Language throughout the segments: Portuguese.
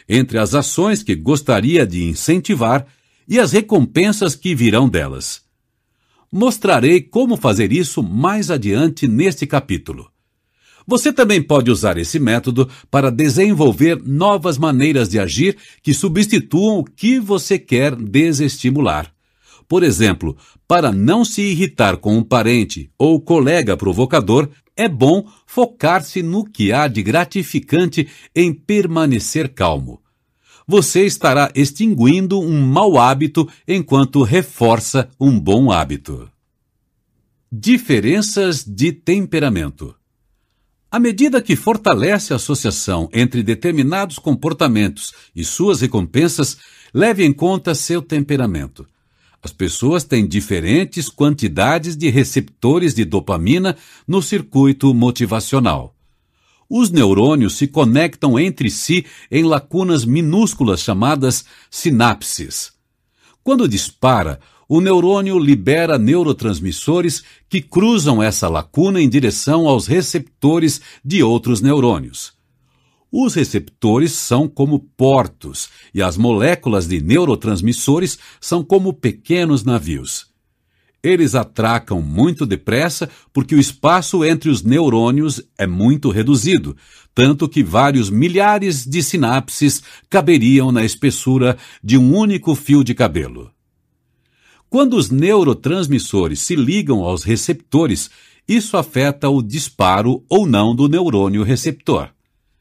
entre as ações que gostaria de incentivar e as recompensas que virão delas. Mostrarei como fazer isso mais adiante neste capítulo. Você também pode usar esse método para desenvolver novas maneiras de agir que substituam o que você quer desestimular. Por exemplo, para não se irritar com um parente ou colega provocador, é bom focar-se no que há de gratificante em permanecer calmo. Você estará extinguindo um mau hábito enquanto reforça um bom hábito. Diferenças de temperamento. À medida que fortalece a associação entre determinados comportamentos e suas recompensas, leve em conta seu temperamento. As pessoas têm diferentes quantidades de receptores de dopamina no circuito motivacional. Os neurônios se conectam entre si em lacunas minúsculas chamadas sinapses. Quando dispara, o neurônio libera neurotransmissores que cruzam essa lacuna em direção aos receptores de outros neurônios. Os receptores são como portos e as moléculas de neurotransmissores são como pequenos navios. Eles atracam muito depressa porque o espaço entre os neurônios é muito reduzido, tanto que vários milhares de sinapses caberiam na espessura de um único fio de cabelo. Quando os neurotransmissores se ligam aos receptores, isso afeta o disparo ou não do neurônio receptor.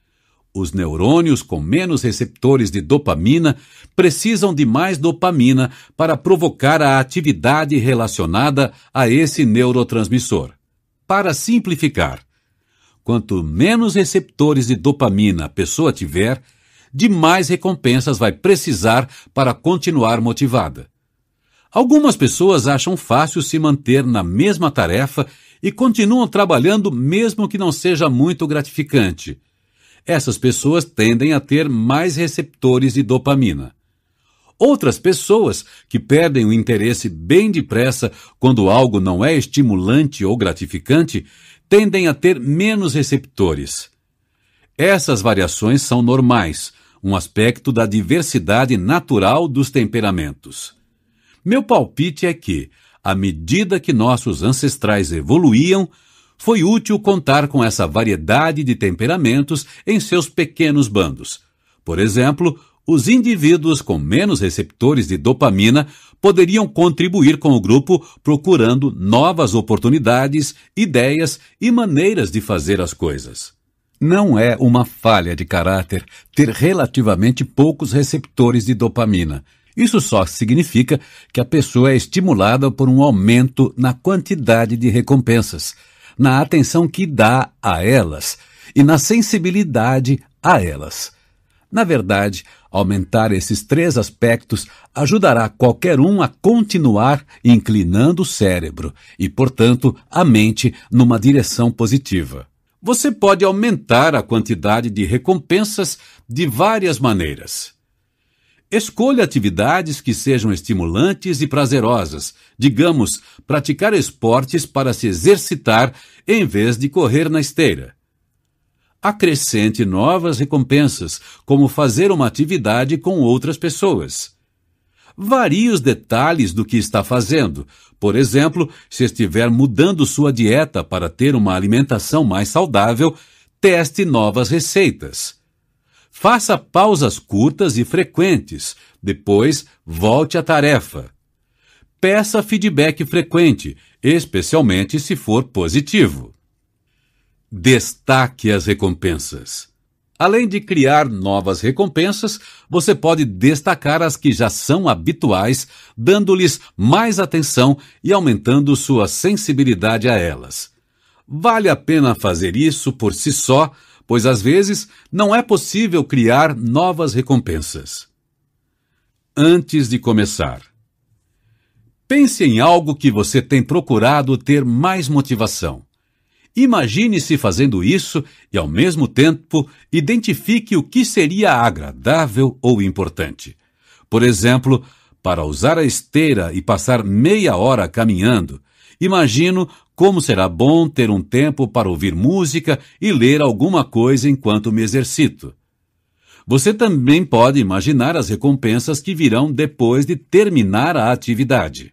Os neurônios com menos receptores de dopamina precisam de mais dopamina para provocar a atividade relacionada a esse neurotransmissor. Para simplificar, quanto menos receptores de dopamina a pessoa tiver, de mais recompensas vai precisar para continuar motivada. Algumas pessoas acham fácil se manter na mesma tarefa e continuam trabalhando mesmo que não seja muito gratificante. Essas pessoas tendem a ter mais receptores de dopamina. Outras pessoas, que perdem o interesse bem depressa quando algo não é estimulante ou gratificante, tendem a ter menos receptores. Essas variações são normais, um aspecto da diversidade natural dos temperamentos. Meu palpite é que, à medida que nossos ancestrais evoluíam, foi útil contar com essa variedade de temperamentos em seus pequenos bandos. Por exemplo, os indivíduos com menos receptores de dopamina poderiam contribuir com o grupo procurando novas oportunidades, ideias e maneiras de fazer as coisas. Não é uma falha de caráter ter relativamente poucos receptores de dopamina. Isso só significa que a pessoa é estimulada por um aumento na quantidade de recompensas, na atenção que dá a elas e na sensibilidade a elas. Na verdade, aumentar esses três aspectos ajudará qualquer um a continuar inclinando o cérebro e, portanto, a mente numa direção positiva. Você pode aumentar a quantidade de recompensas de várias maneiras. Escolha atividades que sejam estimulantes e prazerosas, digamos, praticar esportes para se exercitar em vez de correr na esteira. Acrescente novas recompensas, como fazer uma atividade com outras pessoas. Varie os detalhes do que está fazendo. Por exemplo, se estiver mudando sua dieta para ter uma alimentação mais saudável, teste novas receitas. Faça pausas curtas e frequentes, depois volte à tarefa. Peça feedback frequente, especialmente se for positivo. Destaque as recompensas. Além de criar novas recompensas, você pode destacar as que já são habituais, dando-lhes mais atenção e aumentando sua sensibilidade a elas. Vale a pena fazer isso por si só, pois às vezes não é possível criar novas recompensas. Antes de começar, pense em algo que você tem procurado ter mais motivação. Imagine-se fazendo isso e, ao mesmo tempo, identifique o que seria agradável ou importante. Por exemplo, para usar a esteira e passar meia hora caminhando, imagino como será bom ter um tempo para ouvir música e ler alguma coisa enquanto me exercito. Você também pode imaginar as recompensas que virão depois de terminar a atividade.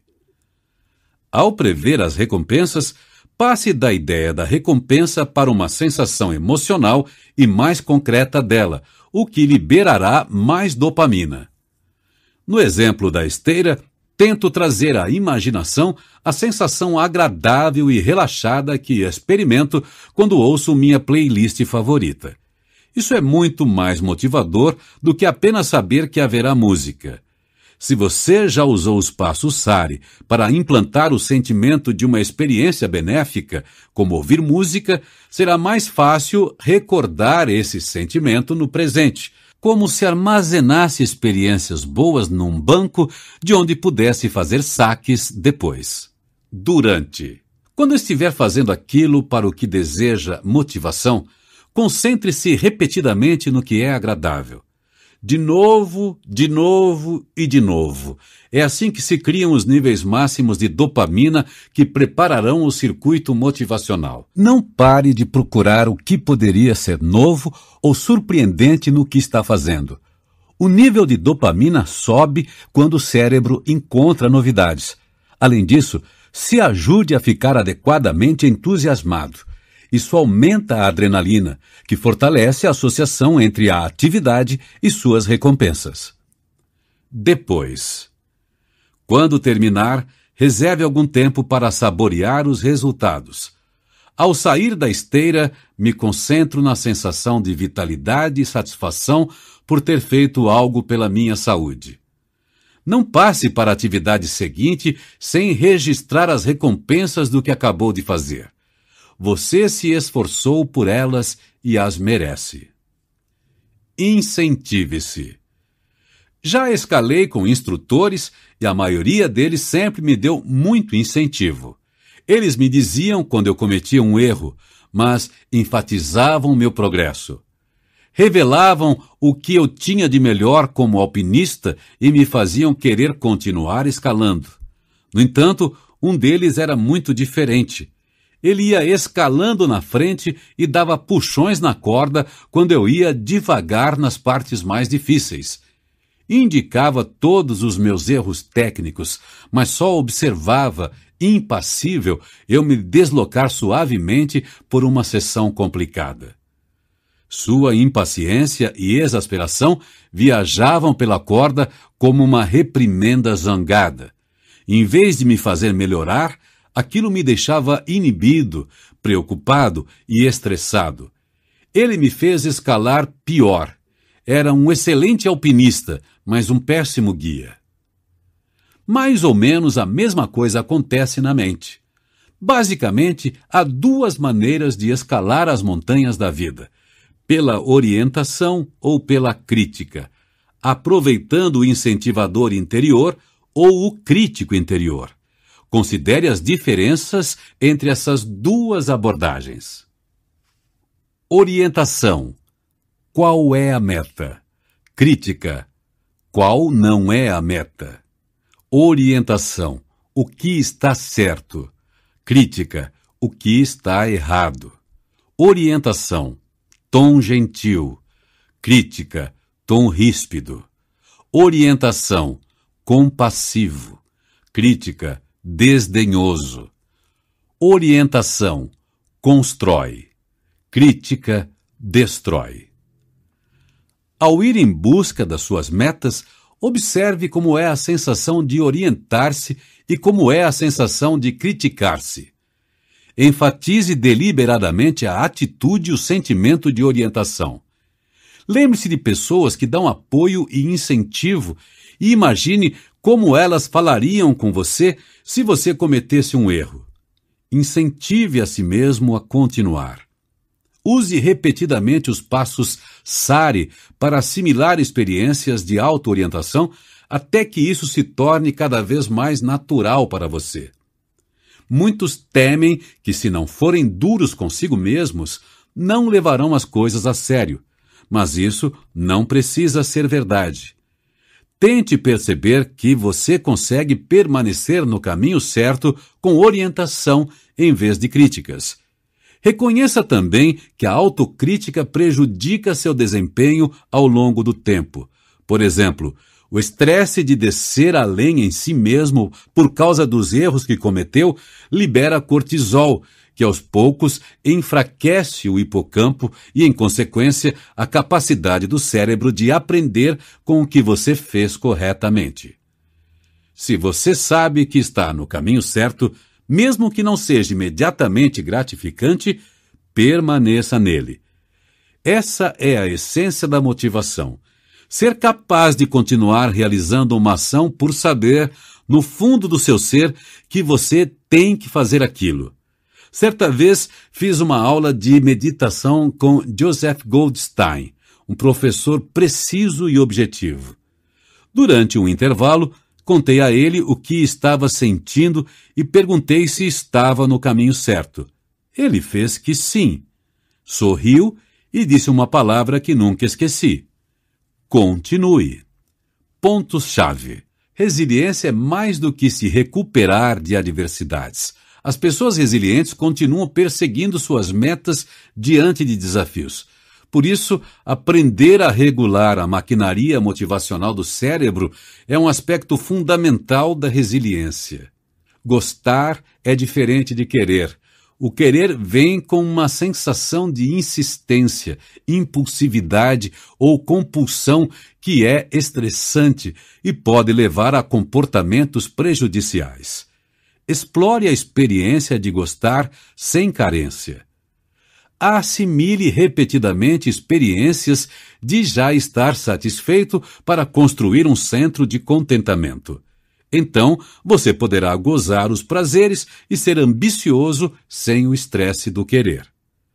Ao prever as recompensas, passe da ideia da recompensa para uma sensação emocional e mais concreta dela, o que liberará mais dopamina. No exemplo da esteira, tento trazer à imaginação a sensação agradável e relaxada que experimento quando ouço minha playlist favorita. Isso é muito mais motivador do que apenas saber que haverá música. Se você já usou os passos SARI para implantar o sentimento de uma experiência benéfica, como ouvir música, será mais fácil recordar esse sentimento no presente, como se armazenasse experiências boas num banco de onde pudesse fazer saques depois. Durante. Quando estiver fazendo aquilo para o que deseja motivação, concentre-se repetidamente no que é agradável. De novo e de novo. É assim que se criam os níveis máximos de dopamina que prepararão o circuito motivacional. Não pare de procurar o que poderia ser novo ou surpreendente no que está fazendo. O nível de dopamina sobe quando o cérebro encontra novidades. Além disso, se ajude a ficar adequadamente entusiasmado. Isso aumenta a adrenalina, que fortalece a associação entre a atividade e suas recompensas. Depois. Quando terminar, reserve algum tempo para saborear os resultados. Ao sair da esteira, me concentro na sensação de vitalidade e satisfação por ter feito algo pela minha saúde. Não passe para a atividade seguinte sem registrar as recompensas do que acabou de fazer. Você se esforçou por elas e as merece. Incentive-se. Já escalei com instrutores e a maioria deles sempre me deu muito incentivo. Eles me diziam quando eu cometia um erro, mas enfatizavam meu progresso. Revelavam o que eu tinha de melhor como alpinista e me faziam querer continuar escalando. No entanto, um deles era muito diferente. Ele ia escalando na frente e dava puxões na corda quando eu ia devagar nas partes mais difíceis. Indicava todos os meus erros técnicos, mas só observava, impassível, eu me deslocar suavemente por uma seção complicada. Sua impaciência e exasperação viajavam pela corda como uma reprimenda zangada. Em vez de me fazer melhorar, aquilo me deixava inibido, preocupado e estressado. Ele me fez escalar pior. Era um excelente alpinista, mas um péssimo guia. Mais ou menos a mesma coisa acontece na mente. Basicamente, há duas maneiras de escalar as montanhas da vida: pela orientação ou pela crítica, aproveitando o incentivador interior ou o crítico interior. Considere as diferenças entre essas duas abordagens. Orientação. Qual é a meta? Crítica. Qual não é a meta? Orientação. O que está certo? Crítica. O que está errado? Orientação. Tom gentil. Crítica. Tom ríspido. Orientação. Compassivo. Crítica. Desdenhoso. Orientação. Constrói. Crítica. Destrói. Ao ir em busca das suas metas, observe como é a sensação de orientar-se e como é a sensação de criticar-se. Enfatize deliberadamente a atitude e o sentimento de orientação. Lembre-se de pessoas que dão apoio e incentivo e imagine como elas falariam com você se você cometesse um erro. Incentive a si mesmo a continuar. Use repetidamente os passos SARI para assimilar experiências de auto-orientação até que isso se torne cada vez mais natural para você. Muitos temem que, se não forem duros consigo mesmos, não levarão as coisas a sério. Mas isso não precisa ser verdade. Tente perceber que você consegue permanecer no caminho certo com orientação em vez de críticas. Reconheça também que a autocrítica prejudica seu desempenho ao longo do tempo. Por exemplo, o estresse de descer além em si mesmo por causa dos erros que cometeu libera cortisol, que aos poucos enfraquece o hipocampo e, em consequência, a capacidade do cérebro de aprender com o que você fez corretamente. Se você sabe que está no caminho certo, mesmo que não seja imediatamente gratificante, permaneça nele. Essa é a essência da motivação. Ser capaz de continuar realizando uma ação por saber, no fundo do seu ser, que você tem que fazer aquilo. Certa vez fiz uma aula de meditação com Joseph Goldstein, um professor preciso e objetivo. Durante um intervalo, contei a ele o que estava sentindo e perguntei se estava no caminho certo. Ele fez que sim. Sorriu e disse uma palavra que nunca esqueci. Continue. Pontos-chave. Resiliência é mais do que se recuperar de adversidades. As pessoas resilientes continuam perseguindo suas metas diante de desafios. Por isso, aprender a regular a maquinaria motivacional do cérebro é um aspecto fundamental da resiliência. Gostar é diferente de querer. O querer vem com uma sensação de insistência, impulsividade ou compulsão que é estressante e pode levar a comportamentos prejudiciais. Explore a experiência de gostar sem carência. Assimile repetidamente experiências de já estar satisfeito para construir um centro de contentamento. Então, você poderá gozar os prazeres e ser ambicioso sem o estresse do querer.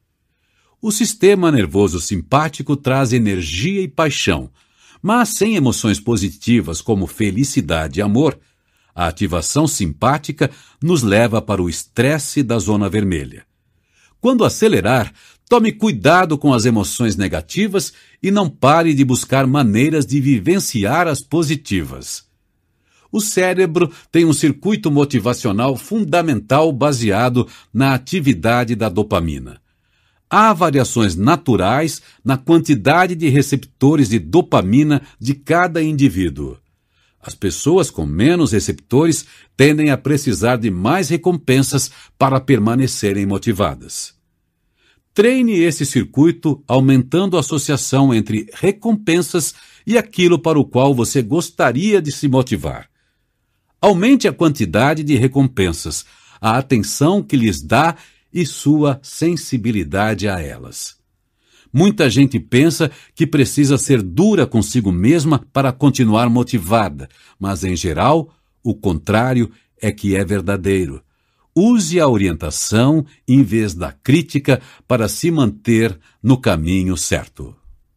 O sistema nervoso simpático traz energia e paixão, mas sem emoções positivas como felicidade e amor, a ativação simpática nos leva para o estresse da zona vermelha. Quando acelerar, tome cuidado com as emoções negativas e não pare de buscar maneiras de vivenciar as positivas. O cérebro tem um circuito motivacional fundamental baseado na atividade da dopamina. Há variações naturais na quantidade de receptores de dopamina de cada indivíduo. As pessoas com menos receptores tendem a precisar de mais recompensas para permanecerem motivadas. Treine esse circuito aumentando a associação entre recompensas e aquilo para o qual você gostaria de se motivar. Aumente a quantidade de recompensas, a atenção que lhes dá e sua sensibilidade a elas. Muita gente pensa que precisa ser dura consigo mesma para continuar motivada, mas, em geral, o contrário é que é verdadeiro. Use a orientação em vez da crítica para se manter no caminho certo.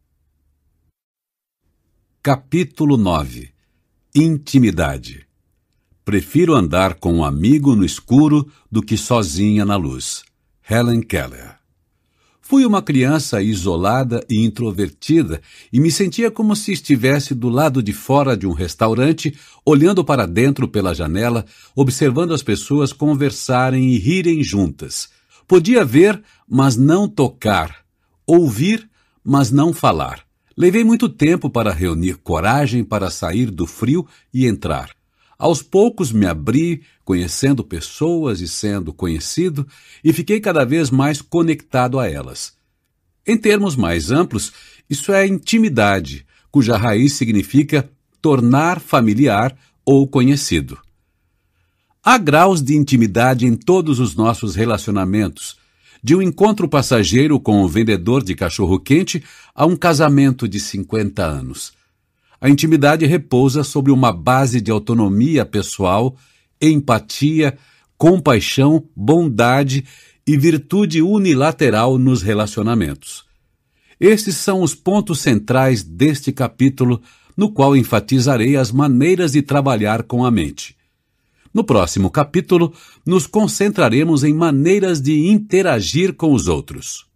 Capítulo 9. Intimidade. Prefiro andar com um amigo no escuro do que sozinha na luz. Helen Keller. Fui uma criança isolada e introvertida e me sentia como se estivesse do lado de fora de um restaurante, olhando para dentro pela janela, observando as pessoas conversarem e rirem juntas. Podia ver, mas não tocar. Ouvir, mas não falar. Levei muito tempo para reunir coragem para sair do frio e entrar. Aos poucos me abri, conhecendo pessoas e sendo conhecido, e fiquei cada vez mais conectado a elas. Em termos mais amplos, isso é intimidade, cuja raiz significa tornar familiar ou conhecido. Há graus de intimidade em todos os nossos relacionamentos, de um encontro passageiro com o vendedor de cachorro-quente a um casamento de 50 anos. A intimidade repousa sobre uma base de autonomia pessoal, empatia, compaixão, bondade e virtude unilateral nos relacionamentos. Esses são os pontos centrais deste capítulo, no qual enfatizarei as maneiras de trabalhar com a mente. No próximo capítulo, nos concentraremos em maneiras de interagir com os outros.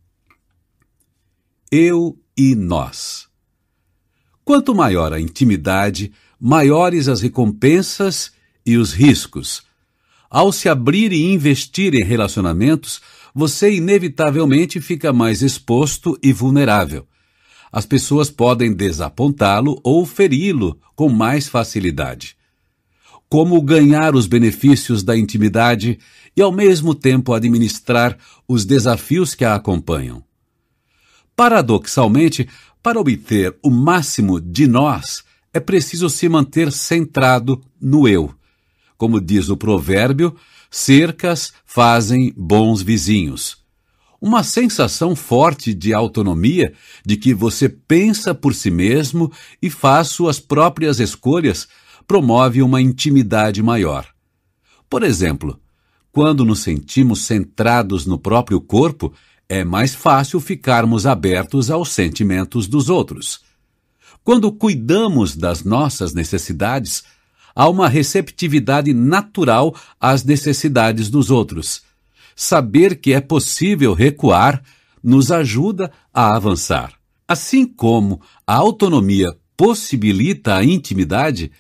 Eu e nós. Quanto maior a intimidade, maiores as recompensas e os riscos. Ao se abrir e investir em relacionamentos, você inevitavelmente fica mais exposto e vulnerável. As pessoas podem desapontá-lo ou feri-lo com mais facilidade. Como ganhar os benefícios da intimidade e, ao mesmo tempo, administrar os desafios que a acompanham? Paradoxalmente, para obter o máximo de nós, é preciso se manter centrado no eu. Como diz o provérbio, cercas fazem bons vizinhos. Uma sensação forte de autonomia, de que você pensa por si mesmo e faz suas próprias escolhas, promove uma intimidade maior. Por exemplo, quando nos sentimos centrados no próprio corpo, é mais fácil ficarmos abertos aos sentimentos dos outros. Quando cuidamos das nossas necessidades, há uma receptividade natural às necessidades dos outros. Saber que é possível recuar nos ajuda a avançar. Assim como a autonomia possibilita a intimidade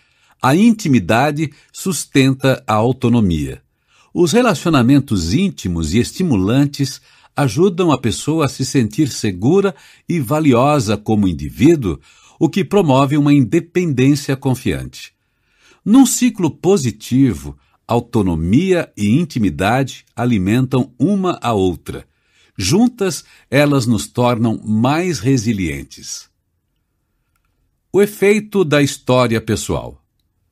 sustenta a autonomia. Os relacionamentos íntimos e estimulantes ajudam a pessoa a se sentir segura e valiosa como indivíduo, o que promove uma independência confiante. Num ciclo positivo, autonomia e intimidade alimentam uma a outra. Juntas, elas nos tornam mais resilientes. O efeito da história pessoal.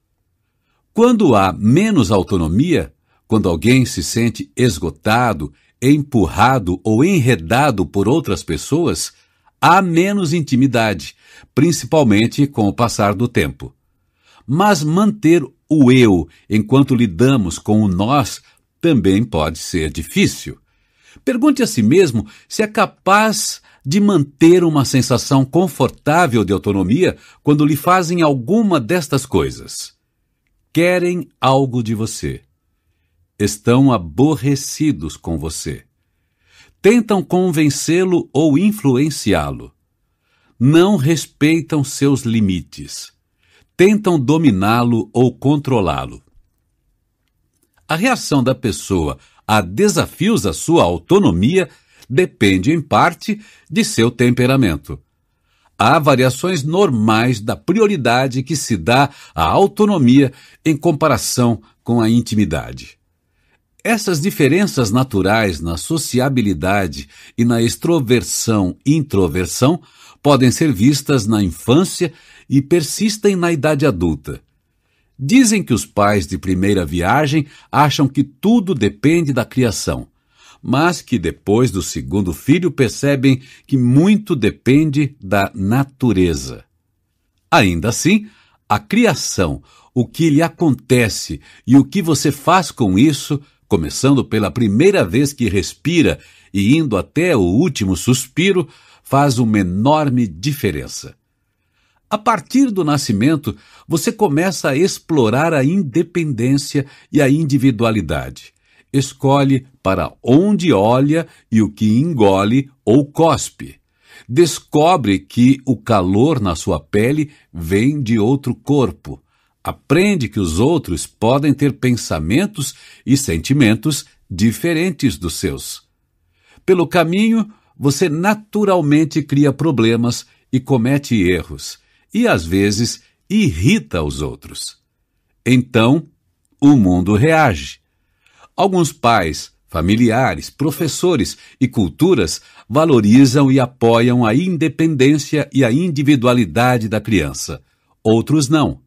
Quando há menos autonomia, quando alguém se sente esgotado, empurrado ou enredado por outras pessoas, há menos intimidade, principalmente com o passar do tempo. Mas manter o eu enquanto lidamos com o nós também pode ser difícil. Pergunte a si mesmo se é capaz de manter uma sensação confortável de autonomia quando lhe fazem alguma destas coisas. Querem algo de você. Estão aborrecidos com você. Tentam convencê-lo ou influenciá-lo. Não respeitam seus limites. Tentam dominá-lo ou controlá-lo. A reação da pessoa a desafios à sua autonomia depende, em parte, de seu temperamento. Há variações normais da prioridade que se dá à autonomia em comparação com a intimidade. Essas diferenças naturais na sociabilidade e na extroversão e introversão podem ser vistas na infância e persistem na idade adulta. Dizem que os pais de primeira viagem acham que tudo depende da criação, mas que depois do segundo filho percebem que muito depende da natureza. Ainda assim, a criação, o que lhe acontece e o que você faz com isso, começando pela primeira vez que respira e indo até o último suspiro, faz uma enorme diferença. A partir do nascimento, você começa a explorar a independência e a individualidade. Escolhe para onde olha e o que engole ou cospe. Descobre que o calor na sua pele vem de outro corpo. Aprende que os outros podem ter pensamentos e sentimentos diferentes dos seus. Pelo caminho, você naturalmente cria problemas e comete erros, e às vezes irrita os outros. Então, o mundo reage. Alguns pais, familiares, professores e culturas valorizam e apoiam a independência e a individualidade da criança. Outros não.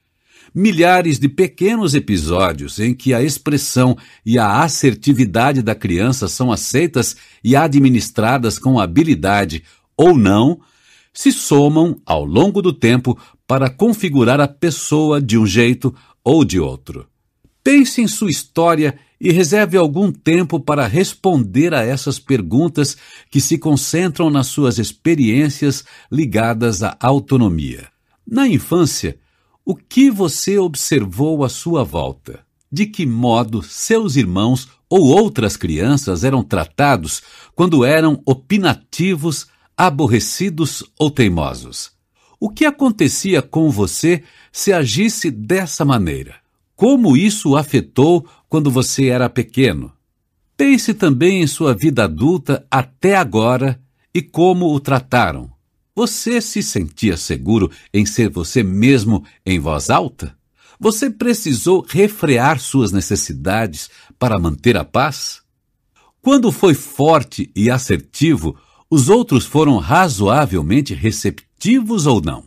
Milhares de pequenos episódios em que a expressão e a assertividade da criança são aceitas e administradas com habilidade ou não, se somam ao longo do tempo para configurar a pessoa de um jeito ou de outro. Pense em sua história e reserve algum tempo para responder a essas perguntas que se concentram nas suas experiências ligadas à autonomia. Na infância, o que você observou à sua volta? De que modo seus irmãos ou outras crianças eram tratados quando eram opinativos, aborrecidos ou teimosos? O que acontecia com você se agisse dessa maneira? como isso o afetou quando você era pequeno. Pense também em sua vida adulta até agora e como o trataram. Você se sentia seguro em ser você mesmo em voz alta? Você precisou refrear suas necessidades para manter a paz? Quando foi forte e assertivo, os outros foram razoavelmente receptivos ou não?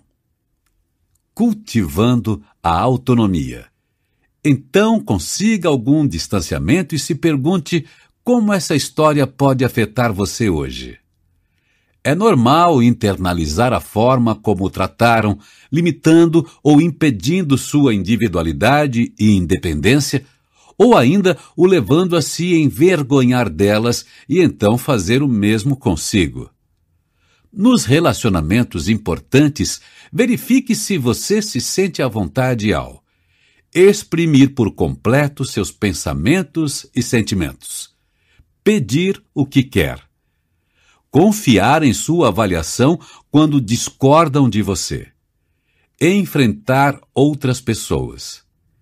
Cultivando a autonomia. Então consiga algum distanciamento e se pergunte como essa história pode afetar você hoje. É normal internalizar a forma como o trataram, limitando ou impedindo sua individualidade e independência, ou ainda o levando a se envergonhar delas e então fazer o mesmo consigo. Nos relacionamentos importantes, verifique se você se sente à vontade ao exprimir por completo seus pensamentos e sentimentos, pedir o que quer, confiar em sua avaliação quando discordam de você, enfrentar outras pessoas.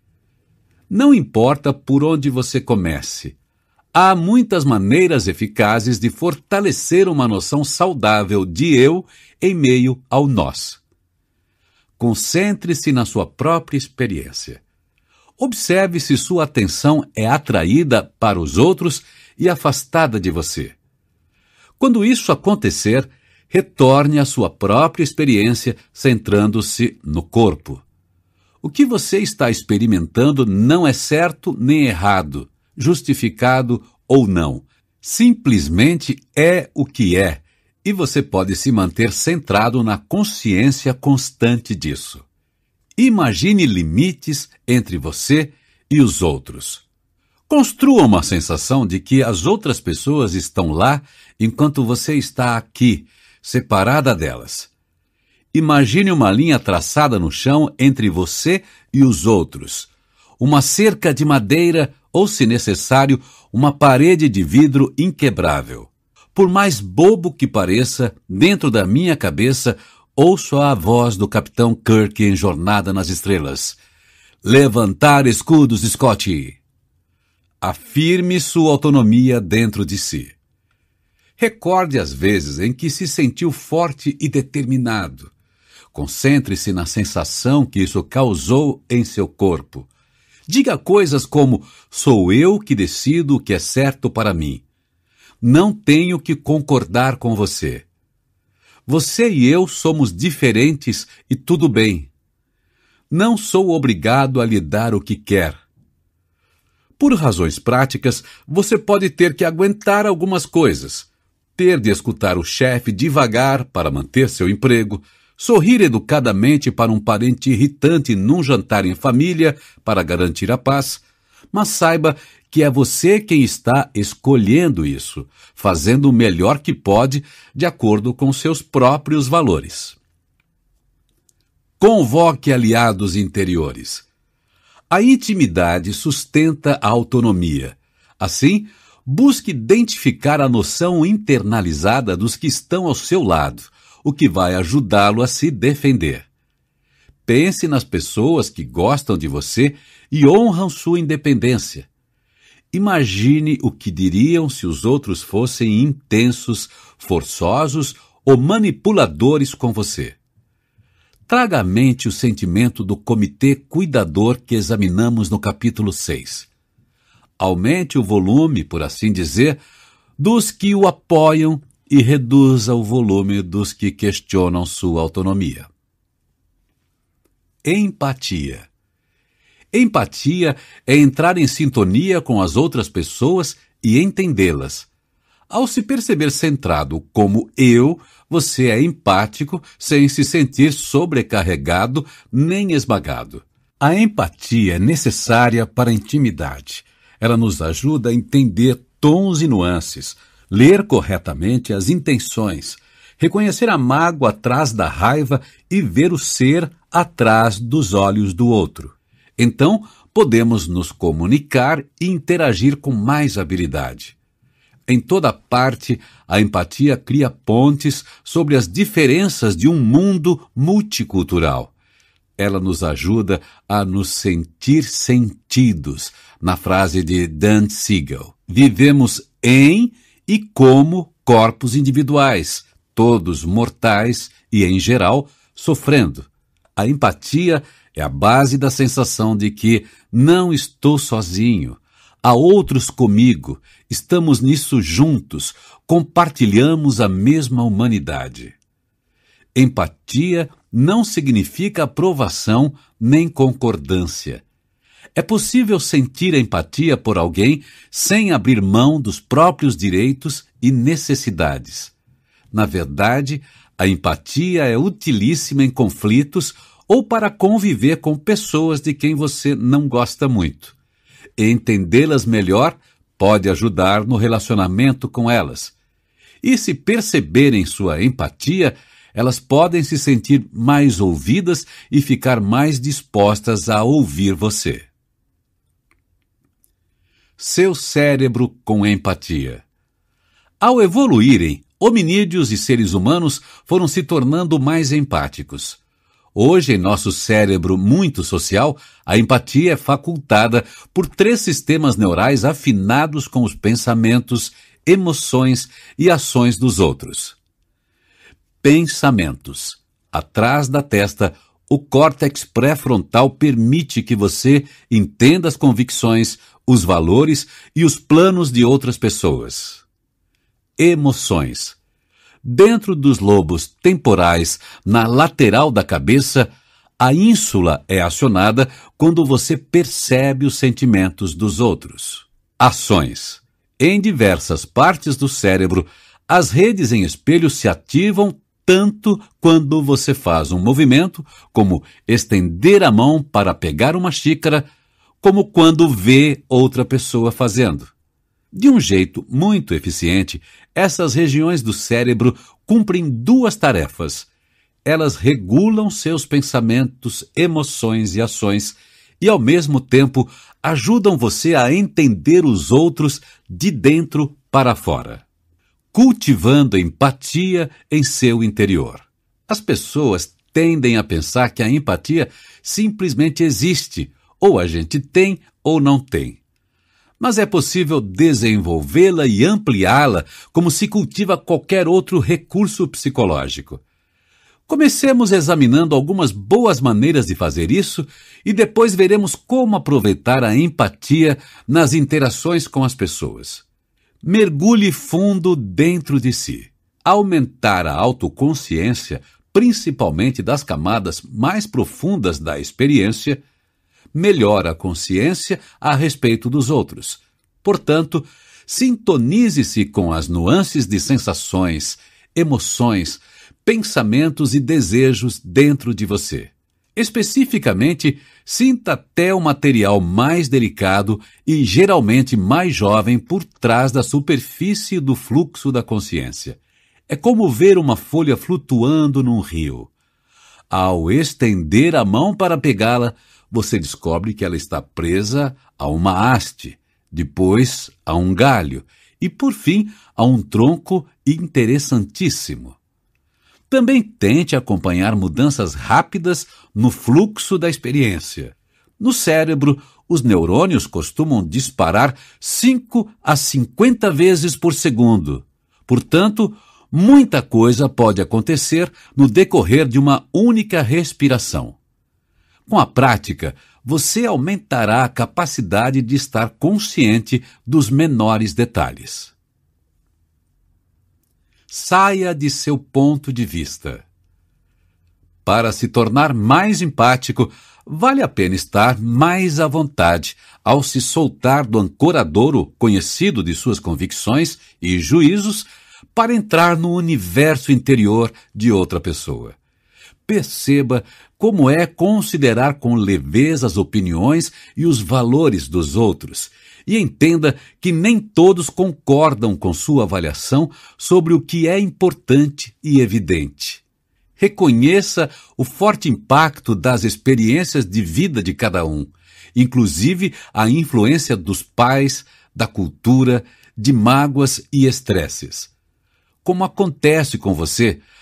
Não importa por onde você comece, há muitas maneiras eficazes de fortalecer uma noção saudável de eu em meio ao nós. Concentre-se na sua própria experiência. Observe se sua atenção é atraída para os outros e afastada de você. Quando isso acontecer, retorne à sua própria experiência, centrando-se no corpo. O que você está experimentando não é certo nem errado, justificado ou não. Simplesmente é o que é, e você pode se manter centrado na consciência constante disso. Imagine limites entre você e os outros. Construa uma sensação de que as outras pessoas estão lá enquanto você está aqui, separada delas. Imagine uma linha traçada no chão entre você e os outros. Uma cerca de madeira ou, se necessário, uma parede de vidro inquebrável. Por mais bobo que pareça, dentro da minha cabeça, ouço a voz do Capitão Kirk em Jornada nas Estrelas. Levantar escudos, Scott! Afirme sua autonomia dentro de si. Recorde as vezes em que se sentiu forte e determinado. Concentre-se na sensação que isso causou em seu corpo. Diga coisas como: sou eu que decido o que é certo para mim. Não tenho que concordar com você. Você e eu somos diferentes e tudo bem. Não sou obrigado a lhe dar o que quer. Por razões práticas, você pode ter que aguentar algumas coisas. Ter de escutar o chefe devagar para manter seu emprego, sorrir educadamente para um parente irritante num jantar em família para garantir a paz, mas saiba que é você quem está escolhendo isso, fazendo o melhor que pode de acordo com seus próprios valores. Convoque aliados interiores. A intimidade sustenta a autonomia. Assim, busque identificar a noção internalizada dos que estão ao seu lado, o que vai ajudá-lo a se defender. Pense nas pessoas que gostam de você e honram sua independência. Imagine o que diriam se os outros fossem intensos, forçosos ou manipuladores com você. Traga à mente o sentimento do comitê cuidador que examinamos no capítulo 6. Aumente o volume, por assim dizer, dos que o apoiam e reduza o volume dos que questionam sua autonomia. Empatia. Empatia é entrar em sintonia com as outras pessoas e entendê-las. Ao se perceber centrado como eu, você é empático sem se sentir sobrecarregado nem esmagado. A empatia é necessária para a intimidade. Ela nos ajuda a entender tons e nuances, ler corretamente as intenções, reconhecer a mágoa atrás da raiva e ver o ser atrás dos olhos do outro. Então, podemos nos comunicar e interagir com mais habilidade. Em toda parte, a empatia cria pontes sobre as diferenças de um mundo multicultural. Ela nos ajuda a nos sentir sentidos, na frase de Dan Siegel. Vivemos em e como corpos individuais, todos mortais e, em geral, sofrendo. A empatia é a base da sensação de que não estou sozinho, há outros comigo, estamos nisso juntos, compartilhamos a mesma humanidade. Empatia não significa aprovação nem concordância. É possível sentir empatia por alguém sem abrir mão dos próprios direitos e necessidades. Na verdade, a empatia é utilíssima em conflitos ou para conviver com pessoas de quem você não gosta muito. Entendê-las melhor pode ajudar no relacionamento com elas. E se perceberem sua empatia, elas podem se sentir mais ouvidas e ficar mais dispostas a ouvir você. Seu cérebro com empatia. Ao evoluírem, hominídeos e seres humanos foram se tornando mais empáticos. Hoje, em nosso cérebro muito social, a empatia é facultada por 3 sistemas neurais afinados com os pensamentos, emoções e ações dos outros. Pensamentos. Atrás da testa, o córtex pré-frontal permite que você entenda as convicções, os valores e os planos de outras pessoas. Emoções. Dentro dos lobos temporais, na lateral da cabeça, a ínsula é acionada quando você percebe os sentimentos dos outros. Ações. Em diversas partes do cérebro, as redes em espelho se ativam tanto quando você faz um movimento, como estender a mão para pegar uma xícara, como quando vê outra pessoa fazendo. De um jeito muito eficiente, essas regiões do cérebro cumprem 2 tarefas. Elas regulam seus pensamentos, emoções e ações e, ao mesmo tempo, ajudam você a entender os outros de dentro para fora. Cultivando empatia em seu interior. As pessoas tendem a pensar que a empatia simplesmente existe, ou a gente tem ou não tem. Mas é possível desenvolvê-la e ampliá-la como se cultiva qualquer outro recurso psicológico. Comecemos examinando algumas boas maneiras de fazer isso e depois veremos como aproveitar a empatia nas interações com as pessoas. Mergulhe fundo dentro de si. Aumentar a autoconsciência, principalmente das camadas mais profundas da experiência, melhora a consciência a respeito dos outros. Portanto, sintonize-se com as nuances de sensações, emoções, pensamentos e desejos dentro de você. Especificamente, sinta até o material mais delicado e geralmente mais jovem por trás da superfície do fluxo da consciência. É como ver uma folha flutuando num rio. Ao estender a mão para pegá-la, você descobre que ela está presa a uma haste, depois a um galho e, por fim, a um tronco interessantíssimo. Também tente acompanhar mudanças rápidas no fluxo da experiência. No cérebro, os neurônios costumam disparar 5 a 50 vezes por segundo. Portanto, muita coisa pode acontecer no decorrer de uma única respiração. Com a prática, você aumentará a capacidade de estar consciente dos menores detalhes. Saia de seu ponto de vista. Para se tornar mais empático, vale a pena estar mais à vontade ao se soltar do ancoradouro conhecido de suas convicções e juízos para entrar no universo interior de outra pessoa. Perceba como é considerar com leveza as opiniões e os valores dos outros, e entenda que nem todos concordam com sua avaliação sobre o que é importante e evidente. Reconheça o forte impacto das experiências de vida de cada um, inclusive a influência dos pais, da cultura, de mágoas e estresses. Como acontece com você,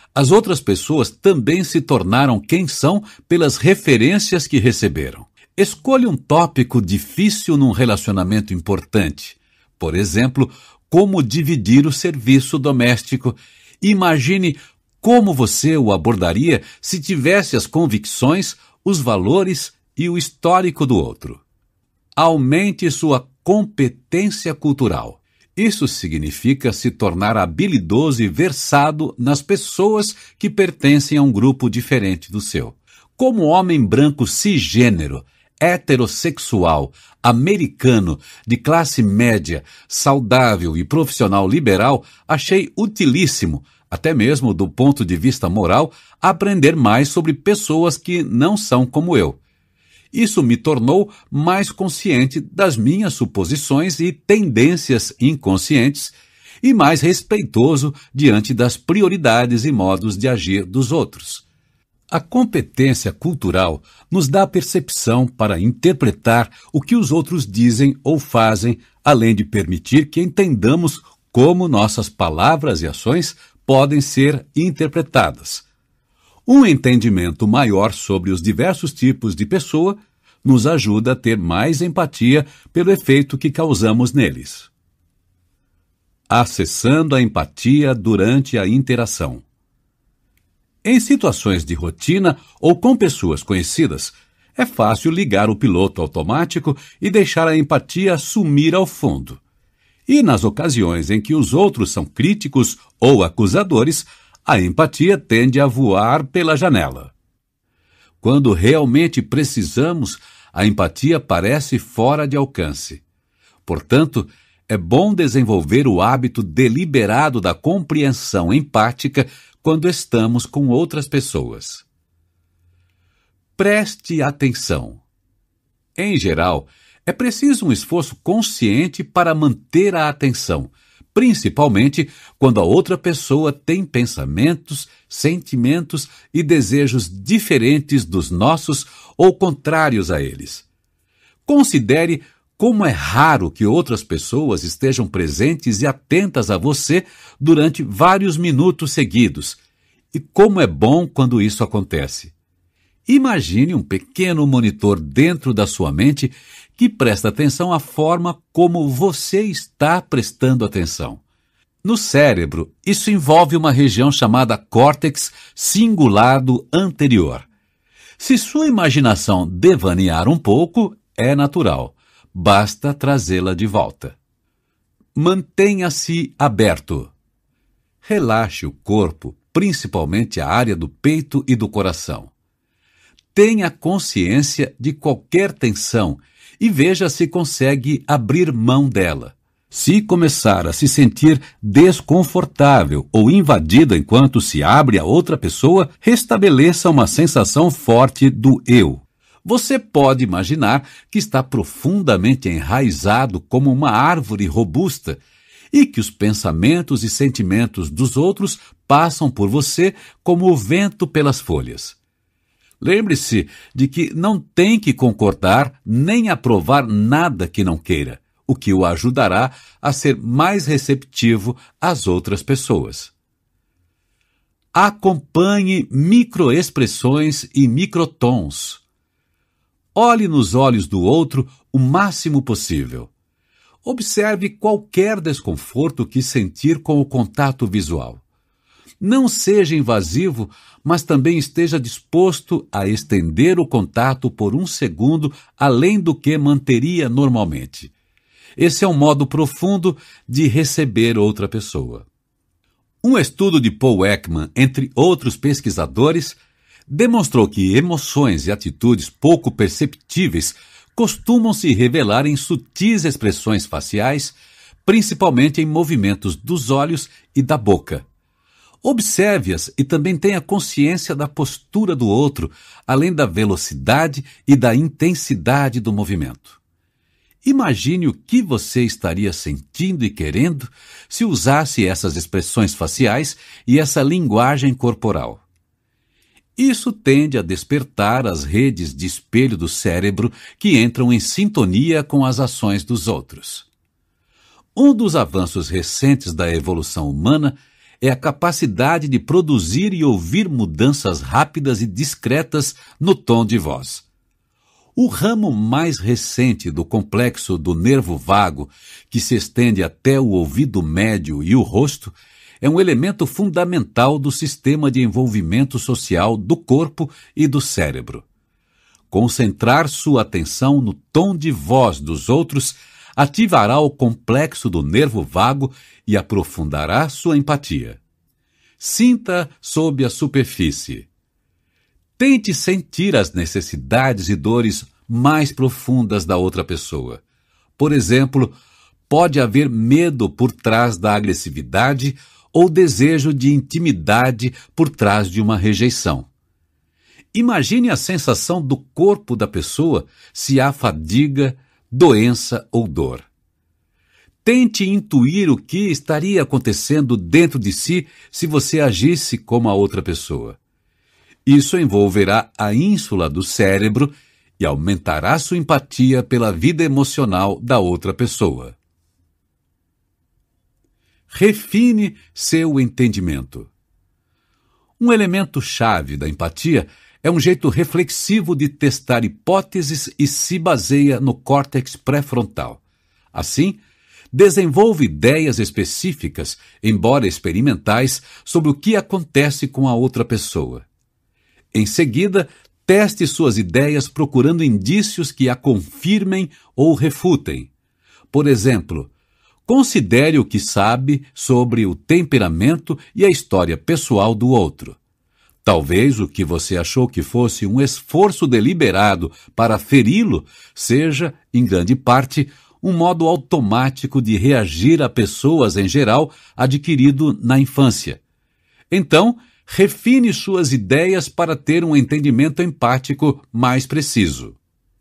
As outras pessoas também se tornaram quem são pelas referências que receberam. Escolha um tópico difícil num relacionamento importante. Por exemplo, como dividir o serviço doméstico. Imagine como você o abordaria se tivesse as convicções, os valores e o histórico do outro. Aumente sua competência cultural. Isso significa se tornar habilidoso e versado nas pessoas que pertencem a um grupo diferente do seu. Como homem branco cisgênero, heterossexual, americano, de classe média, saudável e profissional liberal, achei utilíssimo, até mesmo do ponto de vista moral, aprender mais sobre pessoas que não são como eu. Isso me tornou mais consciente das minhas suposições e tendências inconscientes e mais respeitoso diante das prioridades e modos de agir dos outros. A competência cultural nos dá a percepção para interpretar o que os outros dizem ou fazem, além de permitir que entendamos como nossas palavras e ações podem ser interpretadas. Um entendimento maior sobre os diversos tipos de pessoa nos ajuda a ter mais empatia pelo efeito que causamos neles. Acessando a empatia durante a interação. Em situações de rotina ou com pessoas conhecidas, é fácil ligar o piloto automático e deixar a empatia sumir ao fundo. E nas ocasiões em que os outros são críticos ou acusadores, a empatia tende a voar pela janela. Quando realmente precisamos, a empatia parece fora de alcance. Portanto, é bom desenvolver o hábito deliberado da compreensão empática quando estamos com outras pessoas. Preste atenção. Em geral, é preciso um esforço consciente para manter a atenção, principalmente quando a outra pessoa tem pensamentos, sentimentos e desejos diferentes dos nossos ou contrários a eles. Considere como é raro que outras pessoas estejam presentes e atentas a você durante vários minutos seguidos, e como é bom quando isso acontece. Imagine um pequeno monitor dentro da sua mente que presta atenção à forma como você está prestando atenção. No cérebro, isso envolve uma região chamada córtex cingulado anterior. Se sua imaginação devanear um pouco, é natural. Basta trazê-la de volta. Mantenha-se aberto. Relaxe o corpo, principalmente a área do peito e do coração. Tenha consciência de qualquer tensão e veja se consegue abrir mão dela. Se começar a se sentir desconfortável ou invadida enquanto se abre a outra pessoa, restabeleça uma sensação forte do eu. Você pode imaginar que está profundamente enraizado como uma árvore robusta e que os pensamentos e sentimentos dos outros passam por você como o vento pelas folhas. Lembre-se de que não tem que concordar nem aprovar nada que não queira, o que o ajudará a ser mais receptivo às outras pessoas. Acompanhe microexpressões e microtons. Olhe nos olhos do outro o máximo possível. Observe qualquer desconforto que sentir com o contato visual. Não seja invasivo, mas também esteja disposto a estender o contato por um segundo além do que manteria normalmente. Esse é um modo profundo de receber outra pessoa. Um estudo de Paul Ekman, entre outros pesquisadores, demonstrou que emoções e atitudes pouco perceptíveis costumam se revelar em sutis expressões faciais, principalmente em movimentos dos olhos e da boca. Observe-as e também tenha consciência da postura do outro, além da velocidade e da intensidade do movimento. Imagine o que você estaria sentindo e querendo se usasse essas expressões faciais e essa linguagem corporal. Isso tende a despertar as redes de espelho do cérebro que entram em sintonia com as ações dos outros. Um dos avanços recentes da evolução humana é a capacidade de produzir e ouvir mudanças rápidas e discretas no tom de voz. O ramo mais recente do complexo do nervo vago, que se estende até o ouvido médio e o rosto, é um elemento fundamental do sistema de envolvimento social do corpo e do cérebro. Concentrar sua atenção no tom de voz dos outros ativará o complexo do nervo vago e aprofundará sua empatia. Sinta sob a superfície. Tente sentir as necessidades e dores mais profundas da outra pessoa. Por exemplo, pode haver medo por trás da agressividade ou desejo de intimidade por trás de uma rejeição. Imagine a sensação do corpo da pessoa se há fadiga, doença ou dor. Tente intuir o que estaria acontecendo dentro de si se você agisse como a outra pessoa. Isso envolverá a ínsula do cérebro e aumentará sua empatia pela vida emocional da outra pessoa. Refine seu entendimento. Um elemento-chave da empatia é um jeito reflexivo de testar hipóteses e se baseia no córtex pré-frontal. Assim, desenvolve ideias específicas, embora experimentais, sobre o que acontece com a outra pessoa. Em seguida, teste suas ideias procurando indícios que a confirmem ou refutem. Por exemplo, considere o que sabe sobre o temperamento e a história pessoal do outro. Talvez o que você achou que fosse um esforço deliberado para feri-lo seja, em grande parte, um modo automático de reagir a pessoas em geral adquirido na infância. Então, refine suas ideias para ter um entendimento empático mais preciso.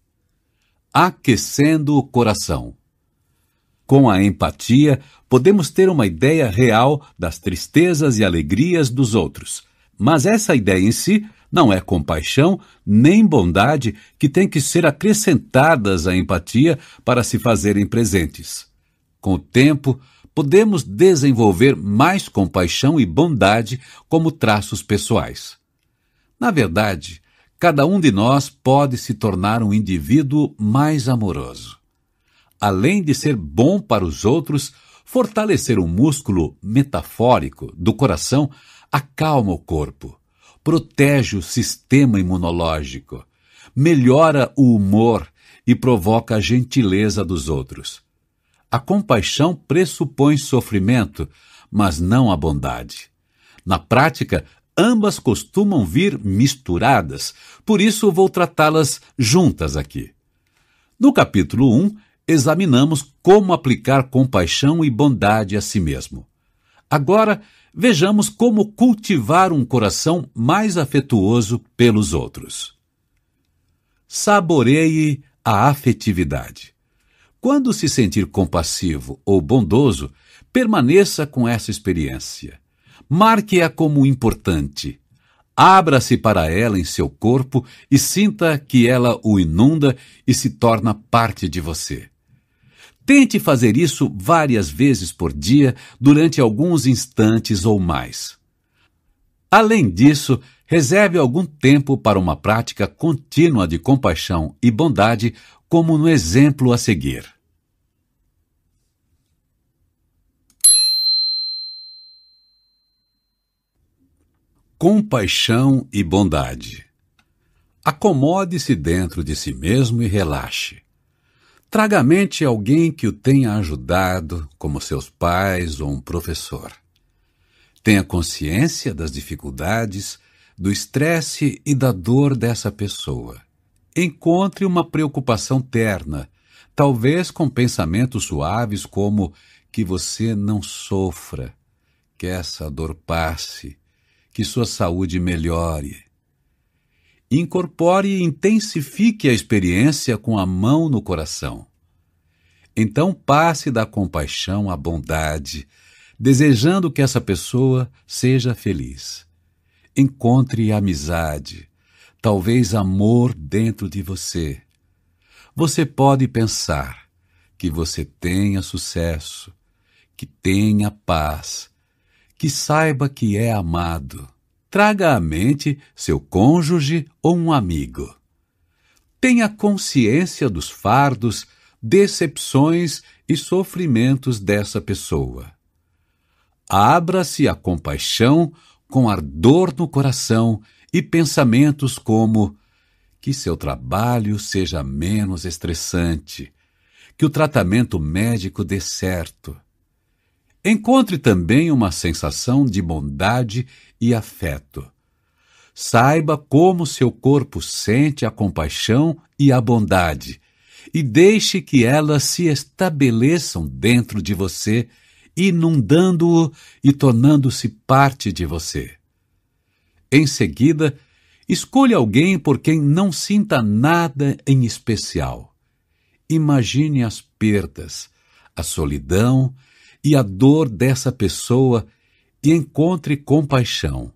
Aquecendo o coração. Com a empatia, podemos ter uma ideia real das tristezas e alegrias dos outros. Mas essa ideia em si não é compaixão nem bondade que tem que ser acrescentadas à empatia para se fazerem presentes. Com o tempo, podemos desenvolver mais compaixão e bondade como traços pessoais. Na verdade, cada um de nós pode se tornar um indivíduo mais amoroso. Além de ser bom para os outros, fortalecer o músculo metafórico do coração acalma o corpo, protege o sistema imunológico, melhora o humor e provoca a gentileza dos outros. A compaixão pressupõe sofrimento, mas não a bondade. Na prática, ambas costumam vir misturadas, por isso vou tratá-las juntas aqui. No capítulo 1, examinamos como aplicar compaixão e bondade a si mesmo. Agora, vejamos como cultivar um coração mais afetuoso pelos outros. Saboreie a afetividade. Quando se sentir compassivo ou bondoso, permaneça com essa experiência. Marque-a como importante. Abra-se para ela em seu corpo e sinta que ela o inunda e se torna parte de você. Tente fazer isso várias vezes por dia, durante alguns instantes ou mais. Além disso, reserve algum tempo para uma prática contínua de compaixão e bondade, como no exemplo a seguir. Compaixão e bondade. Acomode-se dentro de si mesmo e relaxe. Traga à mente alguém que o tenha ajudado, como seus pais ou um professor. Tenha consciência das dificuldades, do estresse e da dor dessa pessoa. Encontre uma preocupação terna, talvez com pensamentos suaves como que você não sofra, que essa dor passe, que sua saúde melhore. Incorpore e intensifique a experiência com a mão no coração. Então passe da compaixão à bondade, desejando que essa pessoa seja feliz. Encontre amizade, talvez amor dentro de você. Você pode pensar que você tenha sucesso, que tenha paz, que saiba que é amado. Traga à mente seu cônjuge ou um amigo. Tenha consciência dos fardos, decepções e sofrimentos dessa pessoa. Abra-se à compaixão com ardor no coração e pensamentos como: que seu trabalho seja menos estressante, que o tratamento médico dê certo. Encontre também uma sensação de bondade e afeto. Saiba como seu corpo sente a compaixão e a bondade, e deixe que elas se estabeleçam dentro de você, inundando-o e tornando-se parte de você. Em seguida, escolha alguém por quem não sinta nada em especial. Imagine as perdas, a solidão e a dor dessa pessoa e encontre compaixão.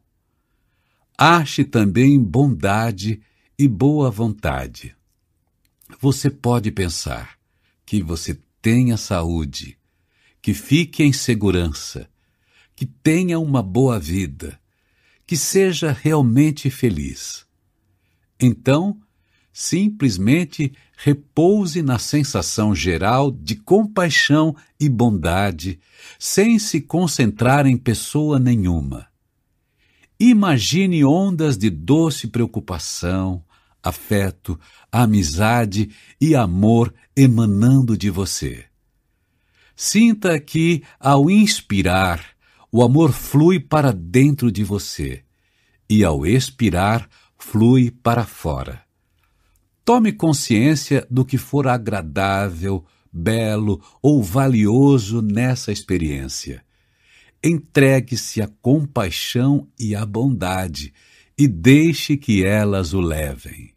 Ache também bondade e boa vontade. Você pode pensar que você tenha saúde, que fique em segurança, que tenha uma boa vida, que seja realmente feliz. Então, simplesmente repouse na sensação geral de compaixão e bondade, sem se concentrar em pessoa nenhuma. Imagine ondas de doce preocupação, afeto, amizade e amor emanando de você. Sinta que, ao inspirar, o amor flui para dentro de você e, ao expirar, flui para fora. Tome consciência do que for agradável, belo ou valioso nessa experiência. Entregue-se à compaixão e à bondade e deixe que elas o levem.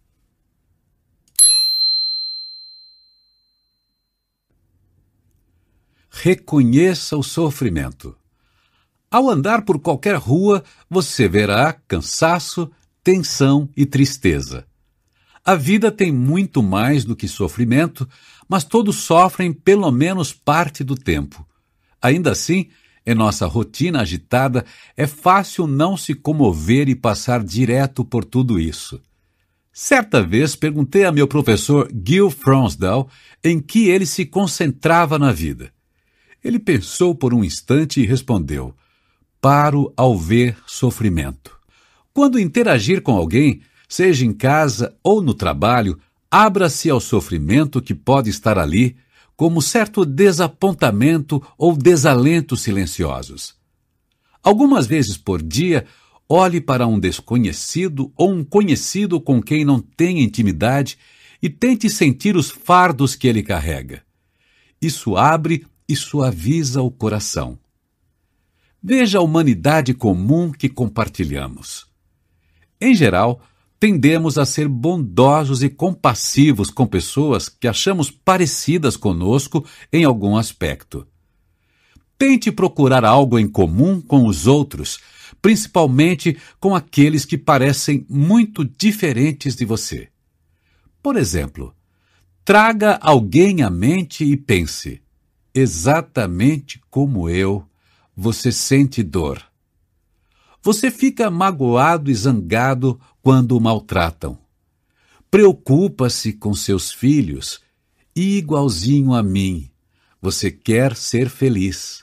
Reconheça o sofrimento. Ao andar por qualquer rua, você verá cansaço, tensão e tristeza. A vida tem muito mais do que sofrimento, mas todos sofrem pelo menos parte do tempo. Ainda assim, em nossa rotina agitada, é fácil não se comover e passar direto por tudo isso. Certa vez perguntei a meu professor Gil Fronsdal em que ele se concentrava na vida. Ele pensou por um instante e respondeu: paro ao ver sofrimento. Quando interagir com alguém, seja em casa ou no trabalho, abra-se ao sofrimento que pode estar ali, como certo desapontamento ou desalento silenciosos. Algumas vezes por dia, olhe para um desconhecido ou um conhecido com quem não tem intimidade e tente sentir os fardos que ele carrega. Isso abre e suaviza o coração. Veja a humanidade comum que compartilhamos. Em geral, tendemos a ser bondosos e compassivos com pessoas que achamos parecidas conosco em algum aspecto. Tente procurar algo em comum com os outros, principalmente com aqueles que parecem muito diferentes de você. Por exemplo, traga alguém à mente e pense: exatamente como eu, você sente dor. Você fica magoado e zangado quando o maltratam. Preocupa-se com seus filhos e, igualzinho a mim, você quer ser feliz.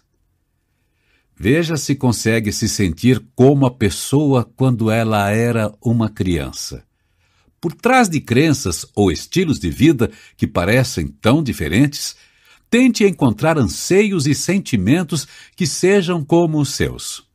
Veja se consegue se sentir como a pessoa quando ela era uma criança. Por trás de crenças ou estilos de vida que parecem tão diferentes, tente encontrar anseios e sentimentos que sejam como os seus.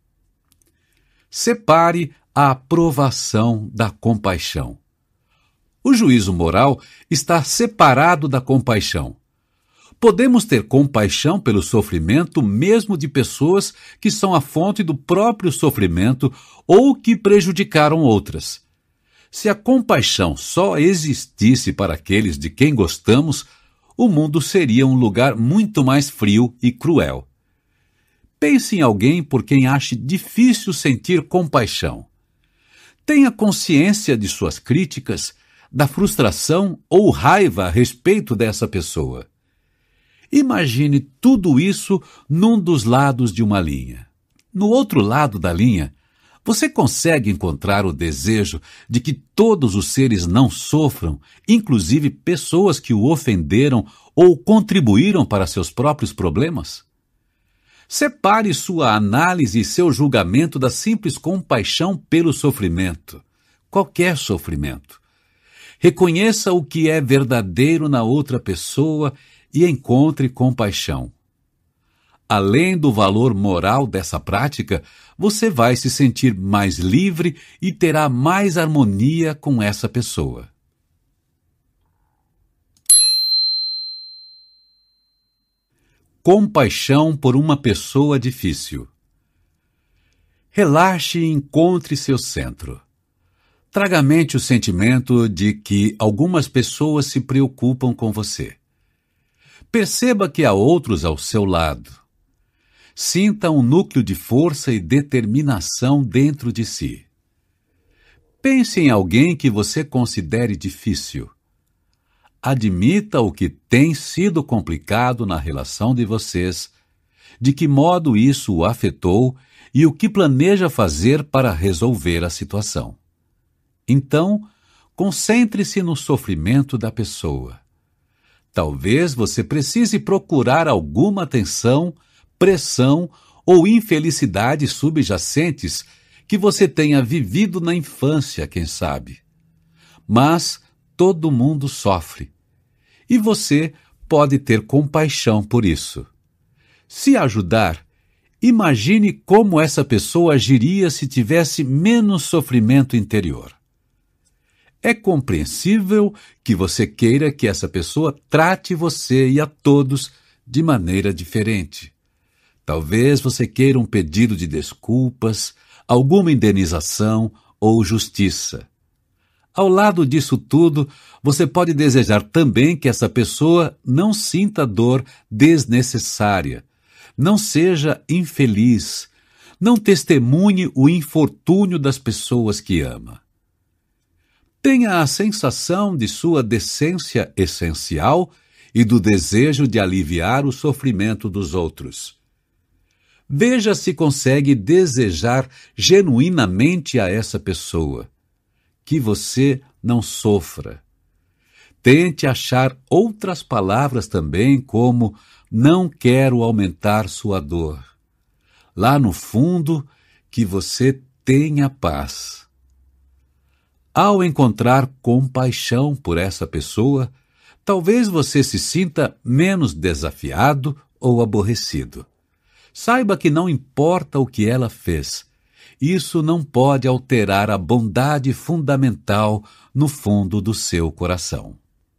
Separe a aprovação da compaixão. O juízo moral está separado da compaixão. Podemos ter compaixão pelo sofrimento mesmo de pessoas que são a fonte do próprio sofrimento ou que prejudicaram outras. Se a compaixão só existisse para aqueles de quem gostamos, o mundo seria um lugar muito mais frio e cruel. Pense em alguém por quem ache difícil sentir compaixão. Tenha consciência de suas críticas, da frustração ou raiva a respeito dessa pessoa. Imagine tudo isso num dos lados de uma linha. No outro lado da linha, você consegue encontrar o desejo de que todos os seres não sofram, inclusive pessoas que o ofenderam ou contribuíram para seus próprios problemas? Separe sua análise e seu julgamento da simples compaixão pelo sofrimento, qualquer sofrimento. Reconheça o que é verdadeiro na outra pessoa e encontre compaixão. Além do valor moral dessa prática, você vai se sentir mais livre e terá mais harmonia com essa pessoa. Compaixão por uma pessoa difícil. Relaxe e encontre seu centro. Traga à mente o sentimento de que algumas pessoas se preocupam com você. Perceba que há outros ao seu lado. Sinta um núcleo de força e determinação dentro de si. Pense em alguém que você considere difícil. Admita o que tem sido complicado na relação de vocês, de que modo isso o afetou e o que planeja fazer para resolver a situação. Então, concentre-se no sofrimento da pessoa. Talvez você precise procurar alguma atenção, pressão ou infelicidades subjacentes que você tenha vivido na infância, quem sabe. Mas todo mundo sofre. E você pode ter compaixão por isso. Se ajudar, imagine como essa pessoa agiria se tivesse menos sofrimento interior. É compreensível que você queira que essa pessoa trate você e a todos de maneira diferente. Talvez você queira um pedido de desculpas, alguma indenização ou justiça. Ao lado disso tudo, você pode desejar também que essa pessoa não sinta dor desnecessária, não seja infeliz, não testemunhe o infortúnio das pessoas que ama. Tenha a sensação de sua decência essencial e do desejo de aliviar o sofrimento dos outros. Veja se consegue desejar genuinamente a essa pessoa que você não sofra. Tente achar outras palavras também, como não quero aumentar sua dor. Lá no fundo, que você tenha paz. Ao encontrar compaixão por essa pessoa, talvez você se sinta menos desafiado ou aborrecido. Saiba que não importa o que ela fez, isso não pode alterar a bondade fundamental no fundo do seu coração.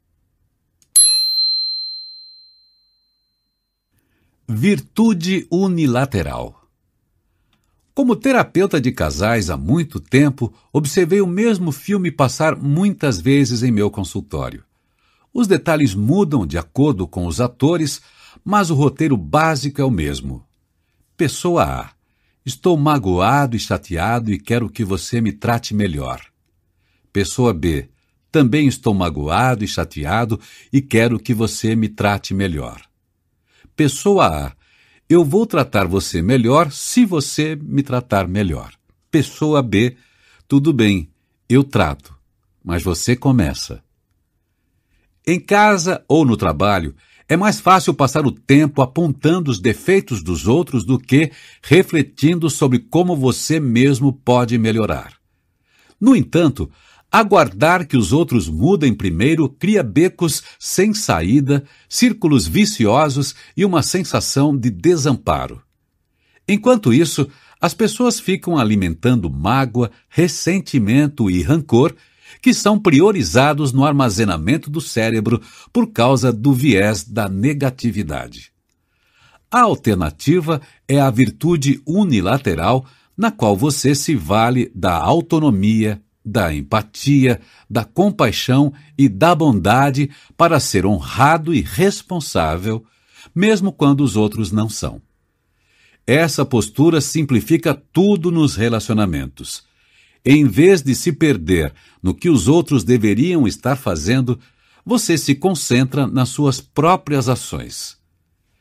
Virtude unilateral. Como terapeuta de casais há muito tempo, observei o mesmo filme passar muitas vezes em meu consultório. Os detalhes mudam de acordo com os atores, mas o roteiro básico é o mesmo. Pessoa A. Estou magoado e chateado e quero que você me trate melhor. Pessoa B. Também estou magoado e chateado e quero que você me trate melhor. Pessoa A. Eu vou tratar você melhor se você me tratar melhor. Pessoa B. Tudo bem, eu trato, mas você começa. Em casa ou no trabalho, é mais fácil passar o tempo apontando os defeitos dos outros do que refletindo sobre como você mesmo pode melhorar. No entanto, aguardar que os outros mudem primeiro cria becos sem saída, círculos viciosos e uma sensação de desamparo. Enquanto isso, as pessoas ficam alimentando mágoa, ressentimento e rancor, que são priorizados no armazenamento do cérebro por causa do viés da negatividade. A alternativa é a virtude unilateral, na qual você se vale da autonomia, da empatia, da compaixão e da bondade para ser honrado e responsável, mesmo quando os outros não são. Essa postura simplifica tudo nos relacionamentos. Em vez de se perder no que os outros deveriam estar fazendo, você se concentra nas suas próprias ações.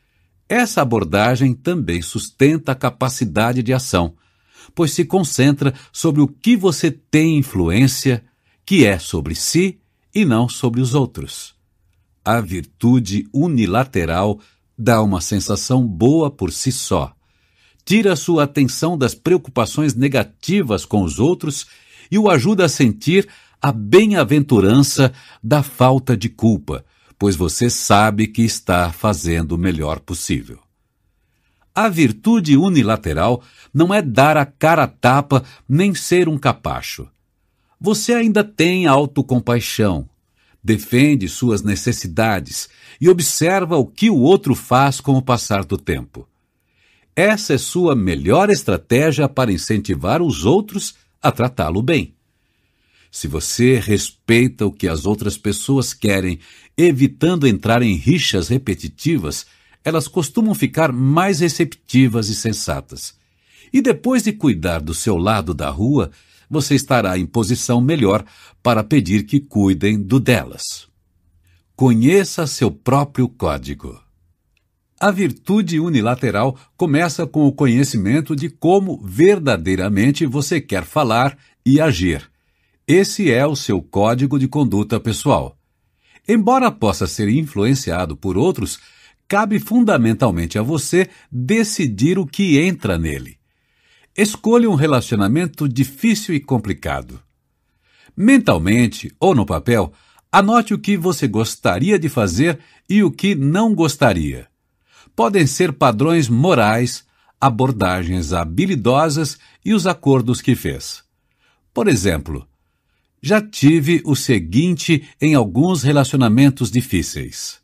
Essa abordagem também sustenta a capacidade de ação, pois se concentra sobre o que você tem influência, que é sobre si e não sobre os outros. A virtude unilateral dá uma sensação boa por si só. Tira sua atenção das preocupações negativas com os outros e o ajuda a sentir a bem-aventurança da falta de culpa, pois você sabe que está fazendo o melhor possível. A virtude unilateral não é dar a cara a tapa nem ser um capacho. Você ainda tem autocompaixão, defende suas necessidades e observa o que o outro faz com o passar do tempo. Essa é sua melhor estratégia para incentivar os outros a tratá-lo bem. Se você respeita o que as outras pessoas querem, evitando entrar em rixas repetitivas, elas costumam ficar mais receptivas e sensatas. E depois de cuidar do seu lado da rua, você estará em posição melhor para pedir que cuidem do delas. Conheça seu próprio código. A virtude unilateral começa com o conhecimento de como verdadeiramente você quer falar e agir. Esse é o seu código de conduta pessoal. Embora possa ser influenciado por outros, cabe fundamentalmente a você decidir o que entra nele. Escolha um relacionamento difícil e complicado. Mentalmente ou no papel, anote o que você gostaria de fazer e o que não gostaria. Podem ser padrões morais, abordagens habilidosas e os acordos que fez. Por exemplo, já tive o seguinte em alguns relacionamentos difíceis.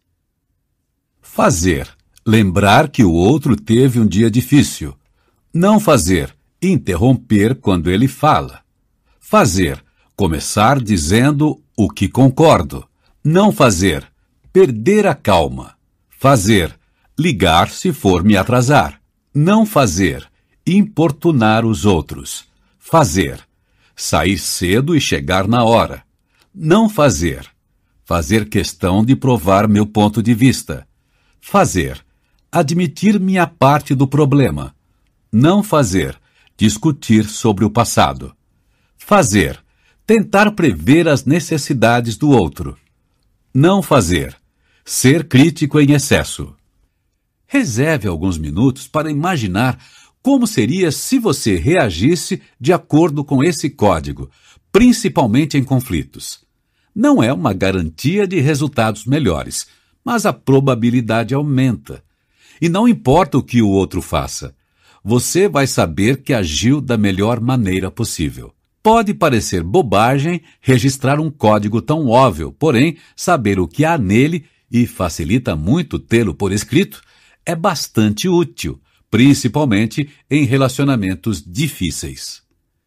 Fazer. Lembrar que o outro teve um dia difícil. Não fazer. Interromper quando ele fala. Fazer. Começar dizendo o que concordo. Não fazer. Perder a calma. Fazer. Ligar se for me atrasar. Não fazer. Importunar os outros. Fazer. Sair cedo e chegar na hora. Não fazer. Fazer questão de provar meu ponto de vista. Fazer. Admitir minha parte do problema. Não fazer. Discutir sobre o passado. Fazer. Tentar prever as necessidades do outro. Não fazer. Ser crítico em excesso. Reserve alguns minutos para imaginar como seria se você reagisse de acordo com esse código, principalmente em conflitos. Não é uma garantia de resultados melhores, mas a probabilidade aumenta. E não importa o que o outro faça, você vai saber que agiu da melhor maneira possível. Pode parecer bobagem registrar um código tão óbvio, porém, saber o que há nele, e facilita muito tê-lo por escrito, é bastante útil, principalmente em relacionamentos difíceis.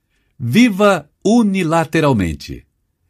Viva unilateralmente.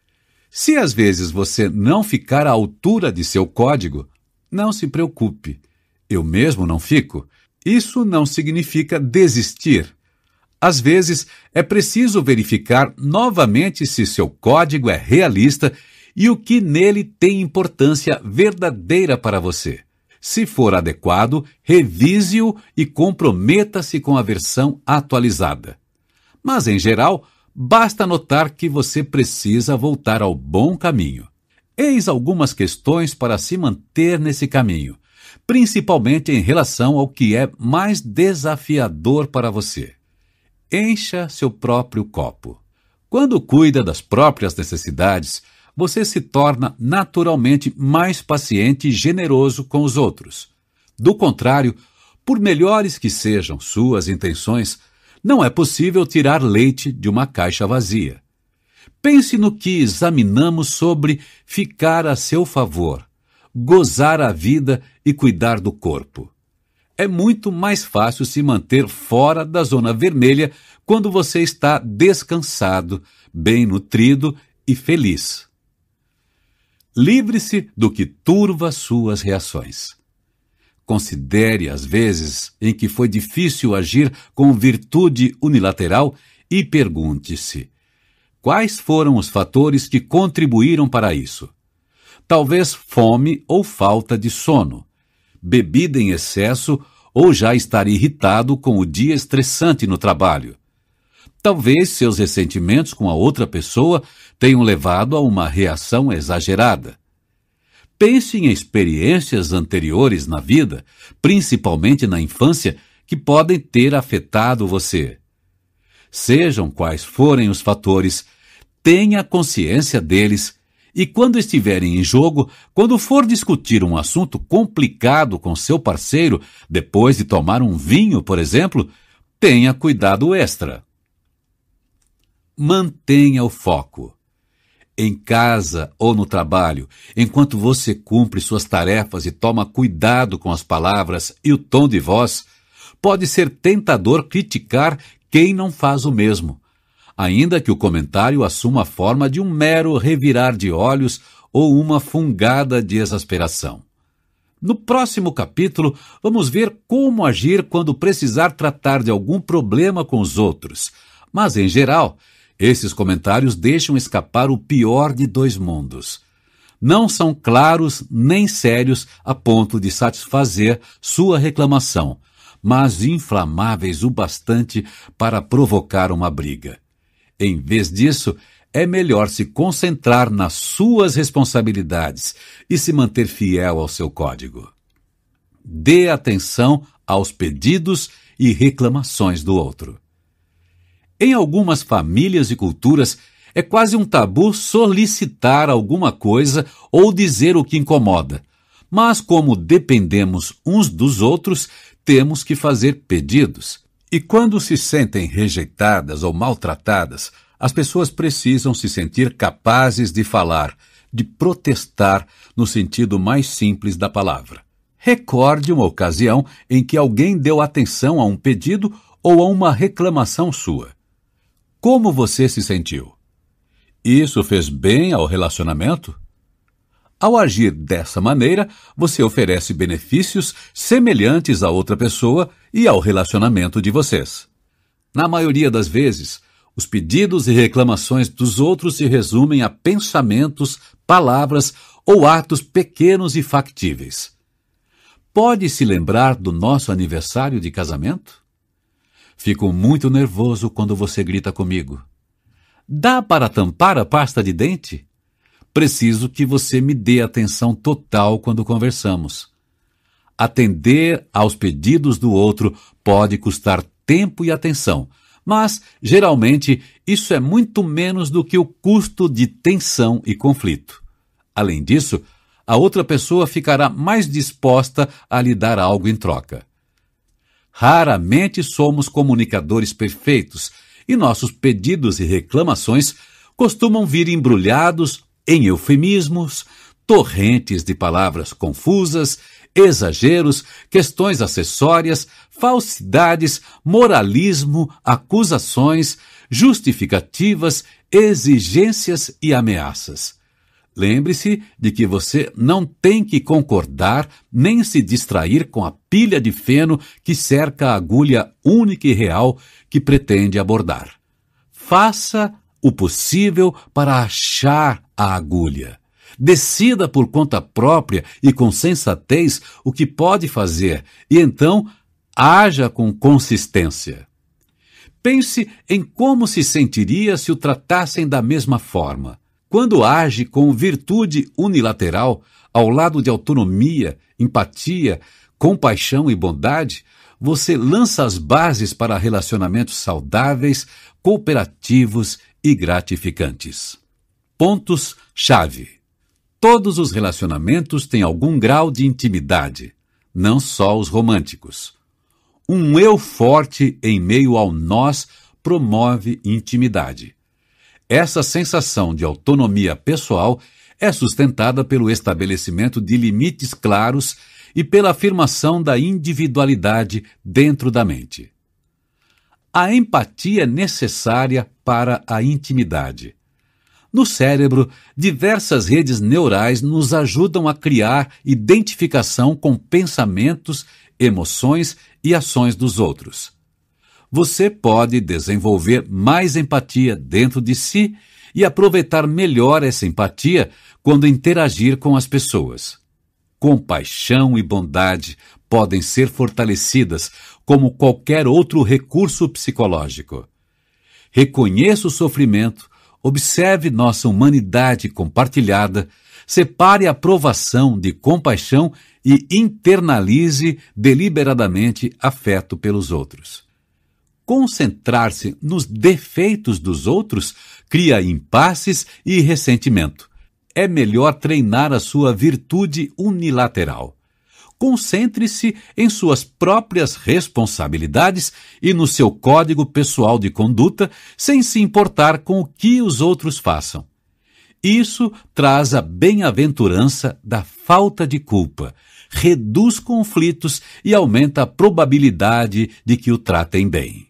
Se às vezes você não ficar à altura de seu código, não se preocupe. Eu mesmo não fico. Isso não significa desistir. Às vezes, é preciso verificar novamente se seu código é realista e o que nele tem importância verdadeira para você. Se for adequado, revise-o e comprometa-se com a versão atualizada. Mas, em geral, basta notar que você precisa voltar ao bom caminho. Eis algumas questões para se manter nesse caminho, principalmente em relação ao que é mais desafiador para você. Encha seu próprio copo. Quando cuida das próprias necessidades, você se torna naturalmente mais paciente e generoso com os outros. Do contrário, por melhores que sejam suas intenções, não é possível tirar leite de uma caixa vazia. Pense no que examinamos sobre ficar a seu favor, gozar a vida e cuidar do corpo. É muito mais fácil se manter fora da zona vermelha quando você está descansado, bem nutrido e feliz. Livre-se do que turva suas reações. Considere as vezes em que foi difícil agir com virtude unilateral e pergunte-se: quais foram os fatores que contribuíram para isso? Talvez fome ou falta de sono, bebida em excesso ou já estar irritado com o dia estressante no trabalho. Talvez seus ressentimentos com a outra pessoa tenham levado a uma reação exagerada. Pense em experiências anteriores na vida, principalmente na infância, que podem ter afetado você. Sejam quais forem os fatores, tenha consciência deles e, quando estiverem em jogo, quando for discutir um assunto complicado com seu parceiro, depois de tomar um vinho, por exemplo, tenha cuidado extra. Mantenha o foco. Em casa ou no trabalho, enquanto você cumpre suas tarefas e toma cuidado com as palavras e o tom de voz, pode ser tentador criticar quem não faz o mesmo, ainda que o comentário assuma a forma de um mero revirar de olhos ou uma fungada de exasperação. No próximo capítulo, vamos ver como agir quando precisar tratar de algum problema com os outros, mas, em geral, esses comentários deixam escapar o pior de dois mundos. Não são claros nem sérios a ponto de satisfazer sua reclamação, mas inflamáveis o bastante para provocar uma briga. Em vez disso, é melhor se concentrar nas suas responsabilidades e se manter fiel ao seu código. Dê atenção aos pedidos e reclamações do outro. Em algumas famílias e culturas, é quase um tabu solicitar alguma coisa ou dizer o que incomoda. Mas como dependemos uns dos outros, temos que fazer pedidos. E quando se sentem rejeitadas ou maltratadas, as pessoas precisam se sentir capazes de falar, de protestar no sentido mais simples da palavra. Recorde uma ocasião em que alguém deu atenção a um pedido ou a uma reclamação sua. Como você se sentiu? Isso fez bem ao relacionamento? Ao agir dessa maneira, você oferece benefícios semelhantes à outra pessoa e ao relacionamento de vocês. Na maioria das vezes, os pedidos e reclamações dos outros se resumem a pensamentos, palavras ou atos pequenos e factíveis. Pode se lembrar do nosso aniversário de casamento? Fico muito nervoso quando você grita comigo. Dá para tampar a pasta de dente? Preciso que você me dê atenção total quando conversamos. Atender aos pedidos do outro pode custar tempo e atenção, mas, geralmente, isso é muito menos do que o custo de tensão e conflito. Além disso, a outra pessoa ficará mais disposta a lhe dar algo em troca. Raramente somos comunicadores perfeitos e nossos pedidos e reclamações costumam vir embrulhados em eufemismos, torrentes de palavras confusas, exageros, questões acessórias, falsidades, moralismo, acusações, justificativas, exigências e ameaças. Lembre-se de que você não tem que concordar nem se distrair com a pilha de feno que cerca a agulha única e real que pretende abordar. Faça o possível para achar a agulha. Decida por conta própria e com sensatez o que pode fazer e então haja com consistência. Pense em como se sentiria se o tratassem da mesma forma. Quando age com virtude unilateral, ao lado de autonomia, empatia, compaixão e bondade, você lança as bases para relacionamentos saudáveis, cooperativos e gratificantes. Pontos-chave. Todos os relacionamentos têm algum grau de intimidade, não só os românticos. Um eu forte em meio ao nós promove intimidade. Essa sensação de autonomia pessoal é sustentada pelo estabelecimento de limites claros e pela afirmação da individualidade dentro da mente. A empatia é necessária para a intimidade. No cérebro, diversas redes neurais nos ajudam a criar identificação com pensamentos, emoções e ações dos outros. Você pode desenvolver mais empatia dentro de si e aproveitar melhor essa empatia quando interagir com as pessoas. compaixão e bondade podem ser fortalecidas como qualquer outro recurso psicológico. Reconheça o sofrimento, observe nossa humanidade compartilhada, separe a provação de compaixão e internalize deliberadamente afeto pelos outros. Concentrar-se nos defeitos dos outros cria impasses e ressentimento. É melhor treinar a sua virtude unilateral. Concentre-se em suas próprias responsabilidades e no seu código pessoal de conduta, sem se importar com o que os outros façam. Isso traz a bem-aventurança da falta de culpa, reduz conflitos e aumenta a probabilidade de que o tratem bem.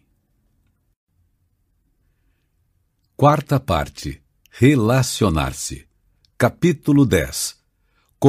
Quarta parte. Relacionar-se. Capítulo 10.